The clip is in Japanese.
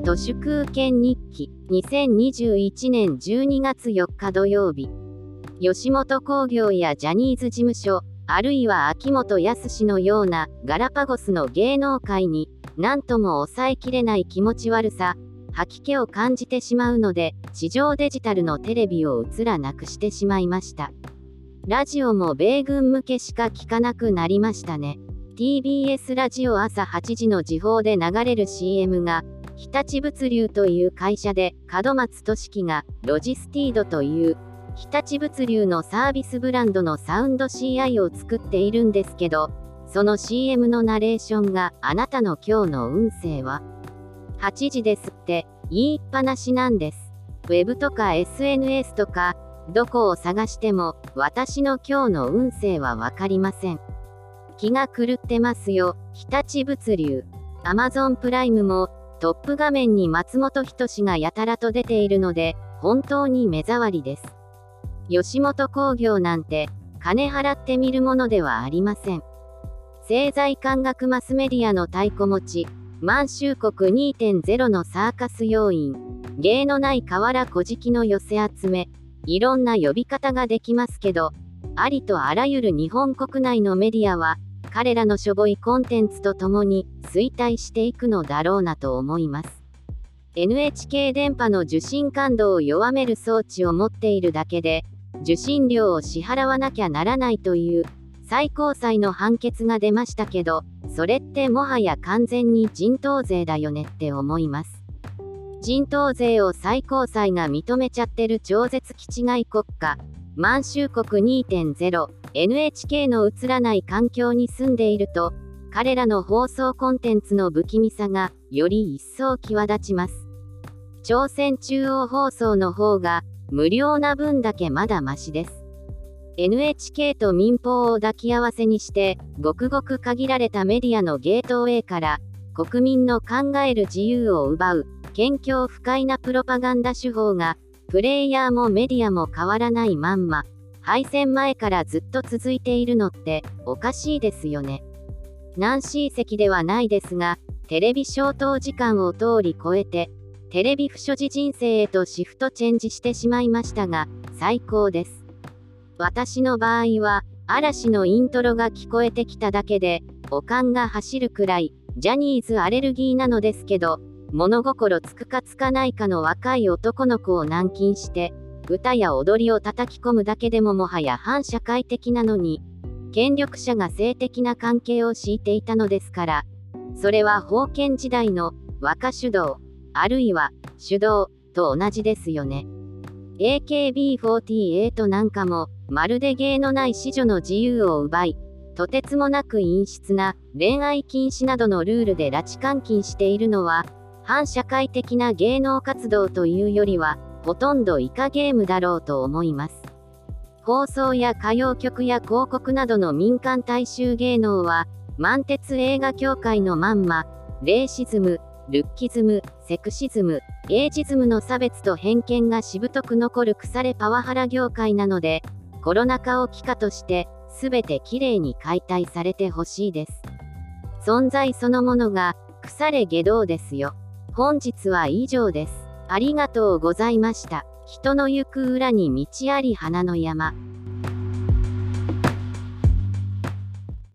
都市空権日記2021年12月4日土曜日。吉本興業やジャニーズ事務所、あるいは秋元康のようなガラパゴスの芸能界に何とも抑えきれない気持ち悪さ、吐き気を感じてしまうので、地上デジタルのテレビを映らなくしてしまいました。ラジオも米軍向けしか聞かなくなりましたね。TBS ラジオ朝8時の時報で流れる CM が、日立物流という会社で門松俊樹がロジスティードという日立物流のサービスブランドのサウンド CI を作っているんですけど、その CM のナレーションがあなたの今日の運勢は8時ですって言いっぱなしなんです。ウェブとか SNS とかどこを探しても私の今日の運勢はわかりません。気が狂ってますよ。日立物流。Amazon プライムもトップ画面に松本人志がやたらと出ているので本当に目障りです。吉本興業なんて金払って見るものではありません。政財官学マスメディアの太鼓持ち、満州国 2.0 のサーカス要員、芸のない河原小敷の寄せ集め、いろんな呼び方ができますけど、ありとあらゆる日本国内のメディアは彼らのしょぼいコンテンツとともに衰退していくのだろうなと思います。NHK 電波の受信感度を弱める装置を持っているだけで受信料を支払わなきゃならないという最高裁の判決が出ましたけど、それってもはや完全に人頭税だよねって思います。人頭税を最高裁が認めちゃってる超絶気違い国家満州国 2.0 NHK の映らない環境に住んでいると、彼らの放送コンテンツの不気味さがより一層際立ちます。朝鮮中央放送の方が無料な分だけまだマシです。NHK と民放を抱き合わせにして、ごくごく限られたメディアのゲートウェイから国民の考える自由を奪う堅強不快なプロパガンダ手法がプレイヤーもメディアも変わらないまんま敗戦前からずっと続いているのっておかしいですよね。ナンシー席ではないですが、テレビ消灯時間を通り超えてテレビ不所持人生へとシフトチェンジしてしまいましたが、最高です。私の場合は嵐のイントロが聞こえてきただけでおかんが走るくらいジャニーズアレルギーなのですけど、物心つくかつかないかの若い男の子を軟禁して歌や踊りを叩き込むだけでももはや反社会的なのに、権力者が性的な関係を敷いていたのですから、それは封建時代の若主導あるいは主導と同じですよね。AKB48 なんかもまるで芸のない子女の自由を奪い、とてつもなく陰湿な恋愛禁止などのルールで拉致監禁しているのは、反社会的な芸能活動というよりはほとんどイカゲームだろうと思います。放送や歌謡曲や広告などの民間大衆芸能は満鉄映画協会のまんまレイシズム、ルッキズム、セクシズム、エイジズムの差別と偏見がしぶとく残る腐れパワハラ業界なので、コロナ禍を奇貨として全てきれいに解体されてほしいです。存在そのものが腐れ下道ですよ。本日は以上です。ありがとうございました。人の行く裏に道あり花の山。